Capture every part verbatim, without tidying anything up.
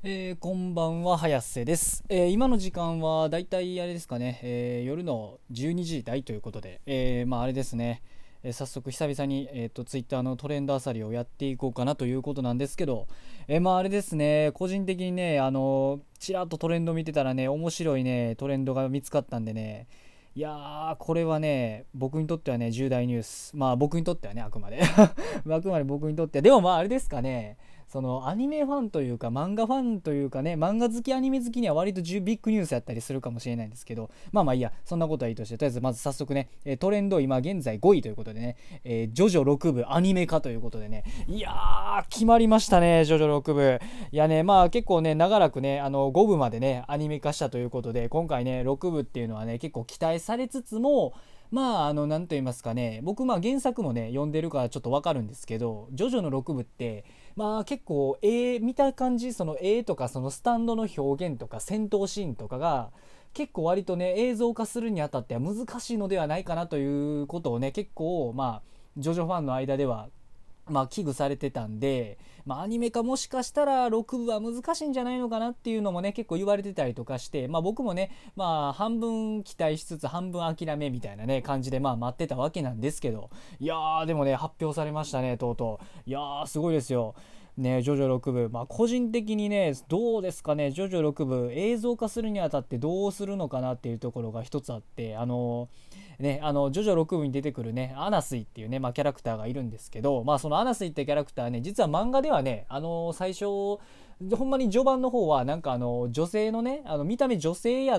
えーこんばんは、早瀬です。えー今の時間はだいたいあれですかね、えー夜のじゅうにじ台ということで、えーまああれですね、えー早速久々に、えーと、ツイッターのトレンドあさりをやっていこうかなということなんですけど、えーまああれですね、個人的にね、あのちらっとトレンド見てたらね、面白いね、トレンドが見つかったんでね、いやー、これはね、僕にとってはね、重大ニュース。まあ僕にとってはね、あくまで。あくまで僕にとっては。でもまああれですかね、そのアニメファンというか漫画ファンというかね、漫画好きアニメ好きには割とビッグニュースやったりするかもしれないんですけど、まあまあいいや、そんなことはいいとして、とりあえずまず早速ね、えトレンド今現在ごいということでね、えージョジョろく部アニメ化ということでね、いやー決まりましたね、ジョジョろく部。いやね、まあ結構ね、長らくね、あのご部までねアニメ化したということで、今回ねろく部っていうのはね結構期待されつつも、まああの何と言いますかね、僕まあ原作もね読んでるからちょっとわかるんですけど、ジョジョのろく部ってまあ結構絵見た感じ、その絵とかそのスタンドの表現とか戦闘シーンとかが結構割とね映像化するにあたっては難しいのではないかなということをね、結構まあジョジョファンの間ではまあ危惧されてたんで、まあ、アニメ化もしかしたらろく部は難しいんじゃないのかなっていうのもね結構言われてたりとかして、まあ僕もねまあ半分期待しつつ半分諦めみたいなね感じでまあ待ってたわけなんですけど、いやーでもね発表されましたね、とうとう。いやーすごいですよね、ジョジョろく部。まあ個人的にねどうですかね、ジョジョろく部映像化するにあたってどうするのかなっていうところが一つあって、あのね、あのジョジョろく部に出てくるねアナスイっていうね、まあ、キャラクターがいるんですけど、まあそのアナスイってキャラクターね、実は漫画ではね、あの最初ほんまに序盤の方はなんかあの女性のね、あの見た目女性やって、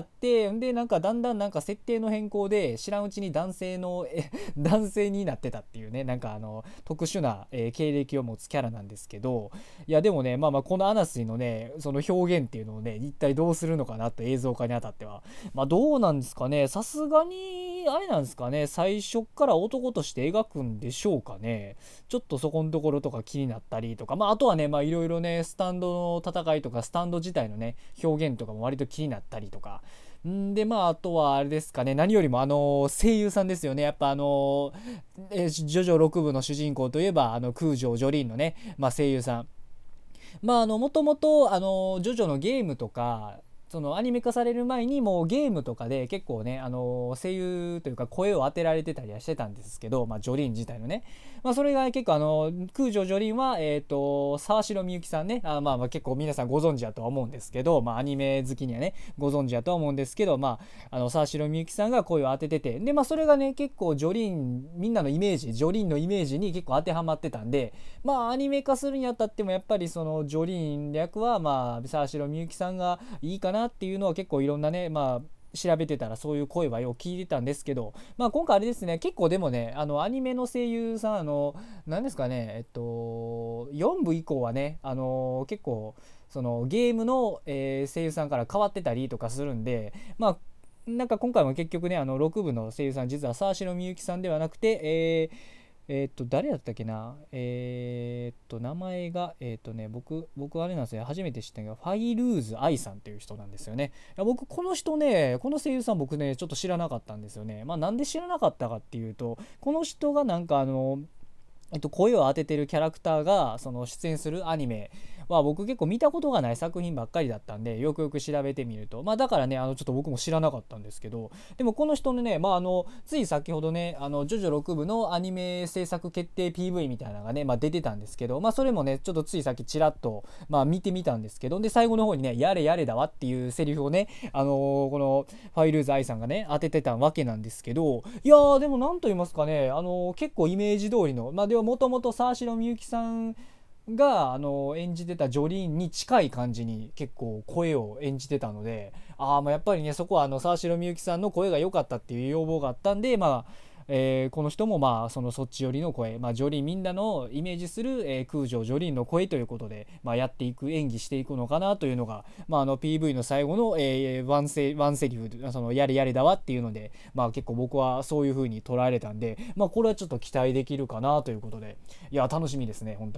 でなんかだんだんなんか設定の変更で知らんうちに男性のえ男性になってたっていうね、なんかあの特殊な、えー経歴を持つキャラなんですけど、いやでもね、まあまあこのアナスイのねその表現っていうのをね一体どうするのかなと、映像化にあたってはまあどうなんですかね、さすがにあれなんですかね、最初から男として描くんでしょうかね。ちょっとそこのところとか気になったりとか、まああとはね、まあいろいろねスタンドの戦いとかスタンド自体のね表現とかも割と気になったりとか。んでまああとはあれですかね、何よりもあの声優さんですよね。やっぱあのえジョジョろく部の主人公といえばあの空城ジョリーンのね、まあ、声優さん、まああのもともとあのジョジョのゲームとかそのアニメ化される前にもうゲームとかで結構ねあの声優というか声を当てられてたりはしてたんですけど、まあ、ジョリーン自体のね、まあ、それが結構あの空城ジョリーンはえっ、と沢城みゆきさんね、あまあまあ結構皆さんご存知だとは思うんですけど、まあアニメ好きにはねご存知だとは思うんですけど、まああの沢城みゆきさんが声を当ててて、でまあそれがね結構ジョリーンみんなのイメージジョリーンのイメージに結構当てはまってたんで、まあアニメ化するにあたってもやっぱりそのジョリーン役はまあ沢城みゆきさんがいいかなっていうのは結構いろんなねまあ調べてたらそういう声はよく聞いてたんですけど、まあ今回あれですね、結構でもねあのアニメの声優さん、あの何ですかね、えっとよん部以降はねあの結構そのゲームの、えー声優さんから変わってたりとかするんで、まあなんか今回も結局ねあのろく部の声優さん実は沢城みゆきさんではなくて、えーえーっと、誰だったっけな、えーっと、名前が、えーっとね、僕、僕あれなんですよ、初めて知ったのが、ファイルーズ愛さんっていう人なんですよね。いや僕、この人ね、この声優さん僕ね、ちょっと知らなかったんですよね。まあ、なんで知らなかったかっていうと、この人がなんかあの、えっと、声を当ててるキャラクターがその出演するアニメは僕結構見たことがない作品ばっかりだったんで、よくよく調べてみると、まあだからねあのちょっと僕も知らなかったんですけど、でもこの人のね、まああのつい先ほどねあのジョジョろく部のアニメ制作決定 ピーブイ みたいなのがね、まあ、出てたんですけど、まあそれもねちょっとついさっきちらっとまあ見てみたんですけど、で最後の方にねやれやれだわっていうセリフをねあのーこのファイルーズ愛さんがね当ててたわけなんですけど、いやーでもなんと言いますかね、あのー結構イメージ通りの、まあではもともと沢城みゆきさんがあの演じてたジョリーンに近い感じに結構声を演じてたので、ああまあやっぱりねそこはあの沢城みゆきさんの声が良かったっていう要望があったんで、まあえーこの人もまあそのそっち寄りの声、まあ、ジョリーンみんなのイメージする、えー空城ジョリーンの声ということで、まあ、やっていく演技していくのかなというのが、まあ、あの ピーブイ の最後の、えーワンセワンセリフ、そのやれやれだわっていうので、まあ、結構僕はそういう風に捉えれたんで、まあ、これはちょっと期待できるかなということで、いや楽しみですね本当に。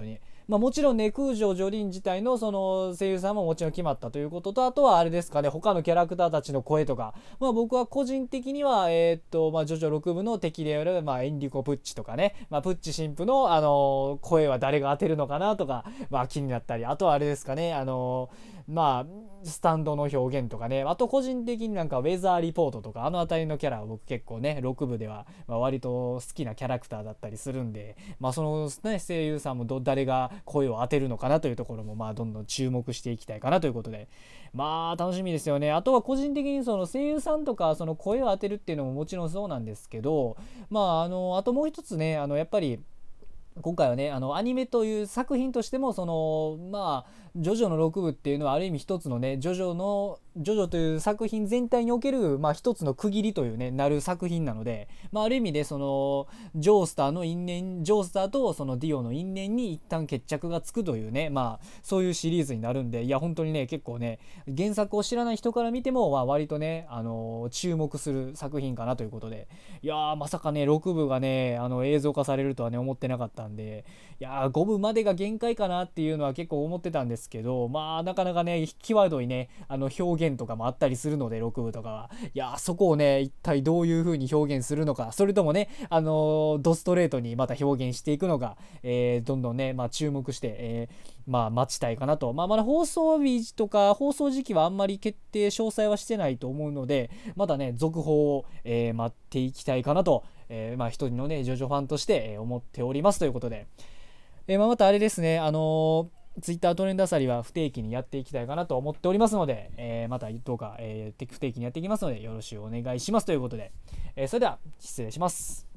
まあ、もちろんね空城ジョリン自体のその声優さんももちろん決まったということと、あとはあれですかね、他のキャラクターたちの声とか、まあ、僕は個人的にはえー、っとまあジョジョろく部の敵である、まあ、エンリコ・プッチとかね、まあ、プッチ神父のあの声は誰が当てるのかなとか、まあ、気になったり、あとはあれですかね、あのまあスタンドの表現とかね、あと個人的になんかウェザーリポートとかあの辺りのキャラは僕結構ねろく部ではまあ割と好きなキャラクターだったりするんで、まあその、ね、声優さんもど誰が声を当てるのかなというところもまあどんどん注目していきたいかなということで、まあ楽しみですよね。あとは個人的にその声優さんとかその声を当てるっていうのももちろんそうなんですけど、まああのあともう一つね、あのやっぱり今回はねあのアニメという作品としてもそのまあジョジョのろく部っていうのはある意味一つのねジョジョのジョジョという作品全体におけるまあ一つの区切りというねなる作品なので、まあ、ある意味でそのジョースターの因縁ジョースターとそのディオの因縁に一旦決着がつくというね、まあそういうシリーズになるんで、いや本当にね結構ね原作を知らない人から見てもまあ割とねあの注目する作品かなということで、いやーまさかねろく部がねあの映像化されるとはね思ってなかったんで、いやーご部までが限界かなっていうのは結構思ってたんですけど、まあなかなかね際どいねあの表現とかもあったりするのでろく部とかは、いやーそこをね一体どういう風に表現するのか、それともねあのードストレートにまた表現していくのか、えー、どんどんねまあ注目して、えー、まあ待ちたいかなと。まあまだ放送日とか放送時期はあんまり決定詳細はしてないと思うので、まだね続報を、えー、待っていきたいかなと、えー、まあ一人のねジョジョファンとして、えー、思っておりますということで、えーまあ、またあれですね、あのー、ツイッタートレンドあさりは不定期にやっていきたいかなと思っておりますので、えー、またどうか、えー、不定期にやっていきますのでよろしくお願いしますということで、えー、それでは失礼します。